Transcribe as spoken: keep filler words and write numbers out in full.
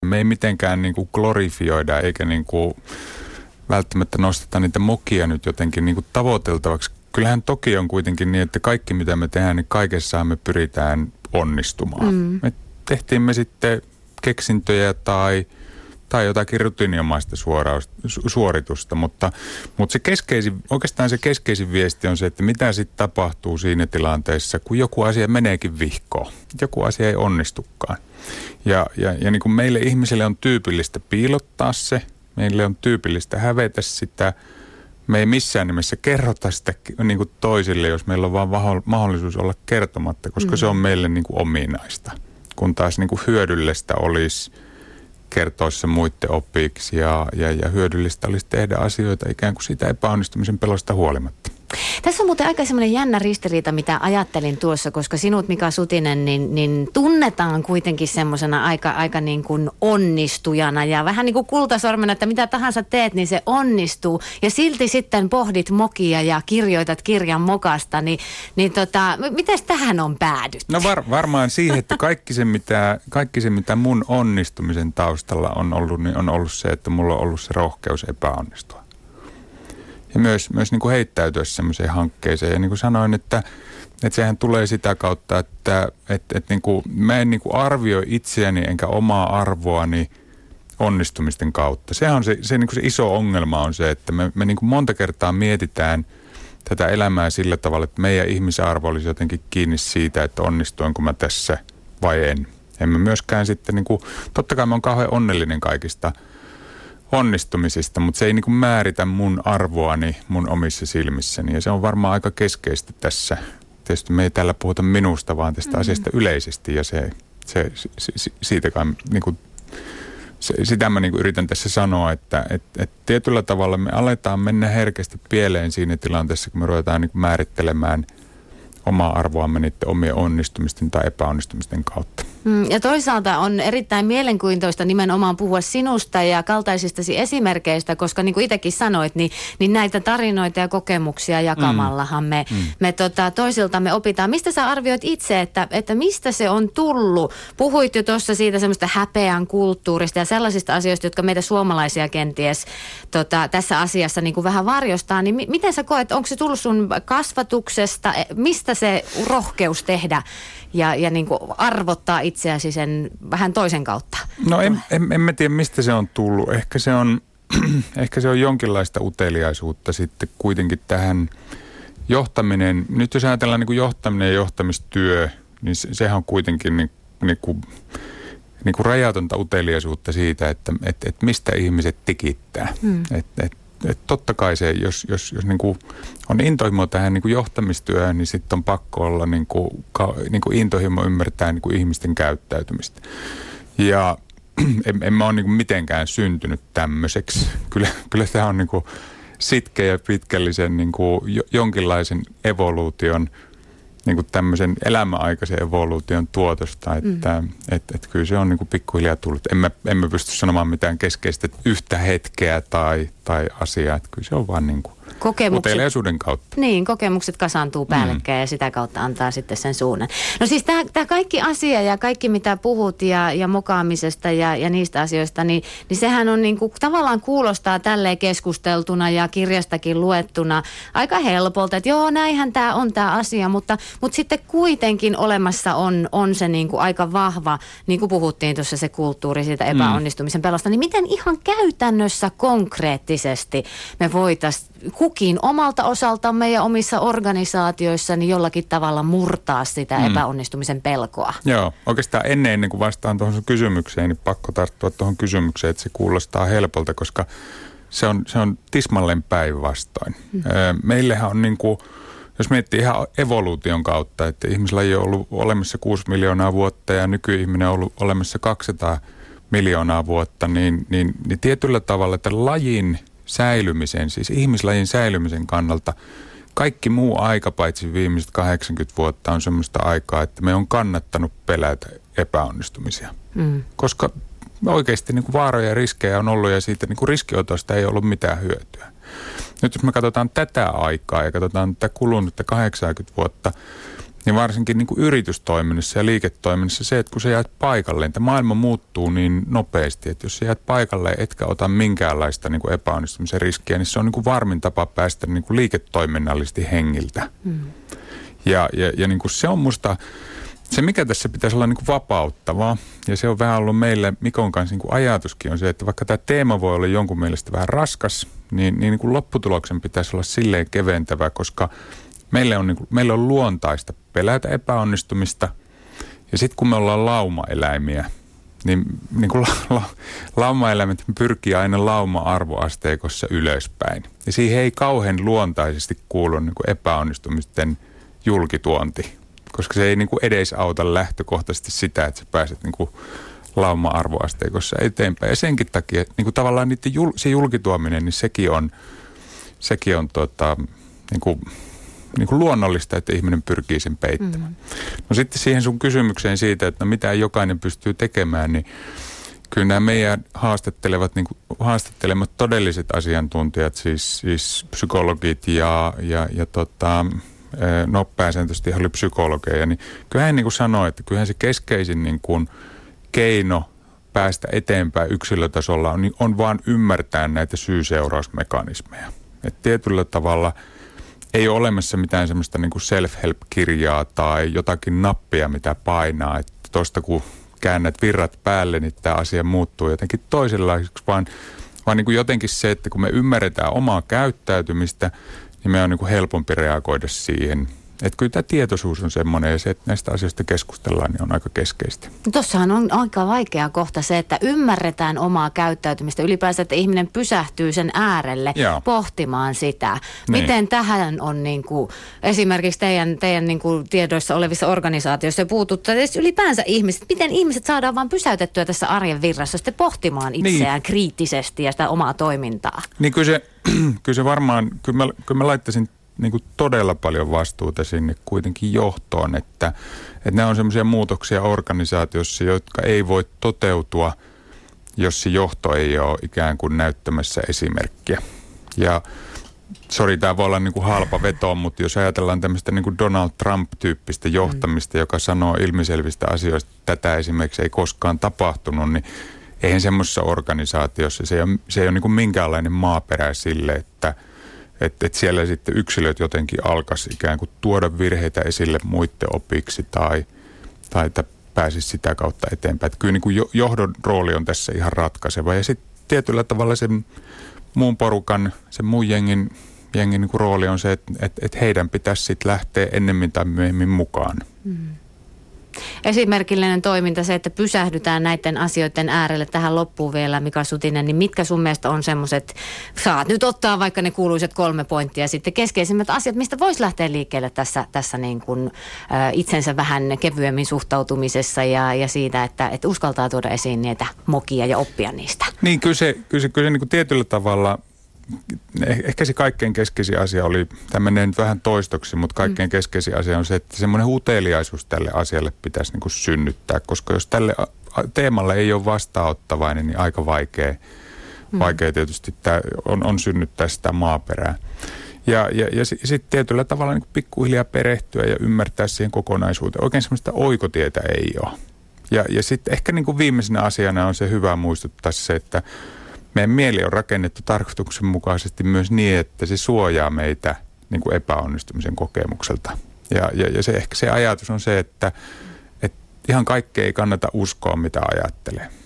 Me ei mitenkään niin kuin glorifioida eikä niin kuin välttämättä nosteta niitä mokia nyt jotenkin niin kuin tavoiteltavaksi. Kyllähän toki on kuitenkin niin, että kaikki mitä me tehdään, niin kaikessaan me pyritään onnistumaan. Mm. Me tehtiin me sitten keksintöjä tai, tai jotakin rutiiniomaista suoritusta, mutta, mutta se keskeisin, oikeastaan se keskeisin viesti on se, että mitä sitten tapahtuu siinä tilanteessa, kun joku asia meneekin vihkoon. Joku asia ei onnistukaan. Ja, ja, ja niin kuin meille ihmisille on tyypillistä piilottaa se, meille on tyypillistä hävetä sitä. Me ei missään nimessä kerrota sitä niin kuin toisille, jos meillä on vaan mahdollisuus olla kertomatta, koska mm. se on meille niin kuin ominaista. Kun taas niin kuin hyödyllistä olisi kertoa se muiden opiksi ja, ja, ja hyödyllistä olisi tehdä asioita ikään kuin siitä epäonnistumisen pelosta huolimatta. Tässä on muuten aika semmoinen jännä ristiriita, mitä ajattelin tuossa, koska sinut, Mika Sutinen, niin, niin tunnetaan kuitenkin semmoisena aika, aika niin kuin onnistujana ja vähän niin kuin kultasormena, että mitä tahansa teet, niin se onnistuu. Ja silti sitten pohdit mokia ja kirjoitat kirjan mokasta, niin, niin tota, mitäs tähän on päädytty? No var, varmaan siihen, että kaikki se, mitä, kaikki se, mitä mun onnistumisen taustalla on ollut, niin on ollut se, että mulla on ollut se rohkeus epäonnistua. Ja myös, myös niin kuin heittäytyä semmoiseen hankkeeseen. Ja niin kuin sanoin, että, että sehän tulee sitä kautta, että, että, että niin kuin, mä en niin kuin arvioi itseäni enkä omaa arvoani onnistumisten kautta. Sehän on se, se, niin kuin se iso ongelma on se, että me, me niin kuin monta kertaa mietitään tätä elämää sillä tavalla, että meidän ihmisarvo olisi jotenkin kiinni siitä, että onnistuinko mä tässä vai en. En mä myöskään sitten, niin kuin, totta kai mä oon kauhean onnellinen kaikista onnistumisista, mutta se ei niin kuin määritä mun arvoani mun omissa silmissäni. Ja se on varmaan aika keskeistä tässä. Tietysti me ei täällä puhuta minusta, vaan tästä mm-hmm. asiasta yleisesti. Ja se, se, se, siitä kai, niin kuin, se, sitä mä niin kuin yritän tässä sanoa, että et, et tietyllä tavalla me aletaan mennä herkästi pieleen siinä tilanteessa, kun me ruvetaan niin kuin määrittelemään omaa arvoamme niiden omien onnistumisten tai epäonnistumisten kautta. Ja toisaalta on erittäin mielenkiintoista nimenomaan puhua sinusta ja kaltaisistasi esimerkkeistä, koska niin kuin itsekin sanoit, niin, niin näitä tarinoita ja kokemuksia jakamallahan me, mm. me tota, toisiltamme opitaan. Mistä sä arvioit itse, että, että mistä se on tullut? Puhuit jo tuossa siitä semmoista häpeän kulttuurista ja sellaisista asioista, jotka meitä suomalaisia kenties tota, tässä asiassa niin kuin vähän varjostaa. Niin m- miten sä koet, onko se tullut sun kasvatuksesta? Mistä se rohkeus tehdä ja, ja niin kuin arvottaa itseäsi sen vähän toisen kautta? No en, en, en mä tiedä, mistä se on tullut. Ehkä se on, ehkä se on jonkinlaista uteliaisuutta sitten kuitenkin tähän johtaminen. Nyt jos ajatellaan niin kuin johtaminen ja johtamistyö, niin se, sehän on kuitenkin niin, niin kuin, niin kuin rajatonta uteliaisuutta siitä, että et, et mistä ihmiset tikittää. Hmm. Et, et, et totta kai se, jos, jos, jos niin kuin on intohimo tähän niin kuin johtamistyöhön, niin sitten on pakko olla niin kuin, niin kuin intohimo ymmärtää niin kuin ihmisten käyttäytymistä. Ja en, en mä ole niin kuin mitenkään syntynyt tämmöiseksi. Kyllä, kyllä tämä on niin kuin sitkeä ja pitkällisen niin kuin jonkinlaisen evoluution, niin kuin tämmöisen elämäaikaisen evoluution tuotosta, että mm. et, et kyllä se on niin kuin pikkuhiljaa tullut. En mä, en mä pysty sanomaan mitään keskeistä yhtä hetkeä tai, tai asiaa, että kyllä se on vaan niin kuin uteliaisuuden kautta. Niin, kokemukset kasaantuu päällekkäin mm. ja sitä kautta antaa sitten sen suunnan. No siis tämä kaikki asia ja kaikki mitä puhut ja, ja mokaamisesta ja, ja niistä asioista, niin, niin sehän on niin kuin, tavallaan kuulostaa tälleen keskusteltuna ja kirjastakin luettuna aika helpolta, että joo, näinhän tämä on tämä asia, mutta, mutta sitten kuitenkin olemassa on, on se niin kuin aika vahva, niin kuin puhuttiin tuossa se kulttuuri siitä epäonnistumisen pelosta, niin miten ihan käytännössä konkreettisesti me voitaisiin kukin omalta osaltamme ja omissa organisaatioissani jollakin tavalla murtaa sitä mm. epäonnistumisen pelkoa. Joo, oikeastaan ennen, ennen kuin vastaan tuohon sun kysymykseen, niin pakko tarttua tuohon kysymykseen, että se kuulostaa helpolta, koska se on, se on tismalleen päinvastoin. Mm. Meillähän on niin kuin, jos miettii ihan evoluution kautta, että ihmislaji on ollut olemassa kuusi miljoonaa vuotta ja nykyihminen on ollut olemassa kaksisataa miljoonaa vuotta, niin, niin, niin tietyllä tavalla että lajin säilymisen, siis ihmislajin säilymisen kannalta kaikki muu aika paitsi viimeiset kahdeksankymmentä vuotta on semmoista aikaa, että me on kannattanut pelätä epäonnistumisia. Mm. Koska oikeasti niin kuin vaaroja ja riskejä on ollut ja siitä niin kuin riskiotosta ei ollut mitään hyötyä. Nyt jos me katsotaan tätä aikaa ja katsotaan tätä kulunutta kahdeksankymmentä vuotta, niin varsinkin niin kuin yritystoiminnassa ja liiketoiminnassa se, että kun sä jäät paikalleen, että maailma muuttuu niin nopeasti, että jos sä jäät paikalleen etkä ota minkäänlaista niin kuin epäonnistumisen riskiä, niin se on niin kuin varmin tapa päästä niin kuin liiketoiminnallisesti hengiltä. Mm. Ja, ja, ja niin kuin se on musta, se mikä tässä pitäisi olla niin kuin vapauttavaa, ja se on vähän ollut meille Mikon kanssa niin kuin ajatuskin on se, että vaikka tämä teema voi olla jonkun mielestä vähän raskas, niin, niin, niin kuin lopputuloksen pitäisi olla silleen keventävä, koska Meille on, niin kuin, meille on luontaista pelätä epäonnistumista, ja sitten kun me ollaan laumaeläimiä, niin, niin kuin la, la, laumaeläimet pyrkii aina lauma-arvoasteikossa ylöspäin. Ja siihen ei kauhean luontaisesti kuulu niin kuin epäonnistumisten julkituonti, koska se ei niin kuin edesauta lähtökohtaisesti sitä, että sä pääset niin kuin lauma-arvoasteikossa eteenpäin. Ja senkin takia niin kuin tavallaan niiden jul, se julkituominen, niin sekin on, sekin on tota, niin kuin, niin kuin luonnollista, että ihminen pyrkii sen peittämään. Mm. No sitten siihen sun kysymykseen siitä, että no mitä jokainen pystyy tekemään, niin kyllä nämä meidän haastattelevat, niin kuin haastattelemat todelliset asiantuntijat, siis, siis psykologit ja, ja, ja tota, no pääsääntöisesti ihan oli psykologeja, niin kyllähän hän niin kuin sanoi, että kyllähän se keskeisin niin kuin keino päästä eteenpäin yksilötasolla on, on vaan ymmärtää näitä syy-seurausmekanismeja. Että tietyllä tavalla ei ole olemassa mitään semmoista niin kuin self-help-kirjaa tai jotakin nappia, mitä painaa, että tuosta kun käännät virrat päälle, niin tämä asia muuttuu jotenkin toisenlaiseksi, vaan, vaan niin kuin jotenkin se, että kun me ymmärretään omaa käyttäytymistä, niin me on niin kuin helpompi reagoida siihen. Että kyllä tämä tietoisuus on semmoinen ja se, että näistä asioista keskustellaan, niin on aika keskeistä. Tuossahan on aika vaikea kohta se, että ymmärretään omaa käyttäytymistä. Ylipäänsä, että ihminen pysähtyy sen äärelle Joo. pohtimaan sitä. Niin. Miten tähän on niin kuin, esimerkiksi teidän, teidän niin kuin tiedoissa olevissa organisaatioissa puututtaa ylipäänsä ihmiset. Miten ihmiset saadaan vaan pysäytettyä tässä arjen virrassa sitten pohtimaan itseään niin. kriittisesti ja sitä omaa toimintaa? Niin kyllä se, kyllä se varmaan, kyllä mä, kyllä mä laittaisin niin kuin todella paljon vastuuta sinne kuitenkin johtoon, että, että nämä on semmoisia muutoksia organisaatiossa, jotka ei voi toteutua, jos se johto ei ole ikään kuin näyttämässä esimerkkiä. Ja sori, tämä voi olla niin kuin halpa veto, mutta jos ajatellaan tämmöistä niin kuin Donald Trump-tyyppistä johtamista, mm. joka sanoo ilmiselvistä asioista, että tätä esimerkiksi ei koskaan tapahtunut, niin eihän semmoisessa organisaatiossa, se ei ole, se ei ole niin kuin minkäänlainen maaperä sille, että Että et siellä sitten yksilöt jotenkin alkaisi ikään kuin tuoda virheitä esille muiden opiksi tai, tai että pääsisi sitä kautta eteenpäin. Että kyllä niin kuin johdon rooli on tässä ihan ratkaiseva. Ja sitten tietyllä tavalla sen muun porukan, sen muun jengin, jengin niin kuin rooli on se, että et, et heidän pitäisi sitten lähteä ennemmin tai myöhemmin mukaan. Mm. Esimerkillinen toiminta, se, että pysähdytään näiden asioiden äärelle tähän loppuun vielä, Mika Sutinen, niin mitkä sun mielestä on semmoiset, saat nyt ottaa vaikka ne kuuluiset kolme pointtia, sitten keskeisimmät asiat, mistä voisi lähteä liikkeelle tässä, tässä niin kuin, ä, itsensä vähän kevyemmin suhtautumisessa ja, ja siitä, että, että uskaltaa tuoda esiin niitä mokia ja oppia niistä. Niin, kyllä se, kyllä se, kyllä se niin kuin tietyllä tavalla, ehkä se kaikkein keskeisin asia oli, tämä menee nyt vähän toistoksi, mutta kaikkein mm. keskeisin asia on se, että semmoinen uteliaisuus tälle asialle pitäisi niin kuin synnyttää, koska jos tälle teemalle ei ole vastaanottavainen, niin aika vaikea, mm. vaikea tietysti tämä on, on synnyttää sitä maaperää. Ja, ja, ja sitten tietyllä tavalla niin kuin pikkuhiljaa perehtyä ja ymmärtää siihen kokonaisuuteen. Oikein semmoista oikotietä ei ole. Ja, ja sitten ehkä niin kuin viimeisenä asiana on se hyvä muistuttaa se, että meidän mieli on rakennettu tarkoituksenmukaisesti myös niin, että se suojaa meitä niin kuin epäonnistumisen kokemukselta. Ja, ja, ja se, ehkä se ajatus on se, että, että ihan kaikkea ei kannata uskoa, mitä ajattelee.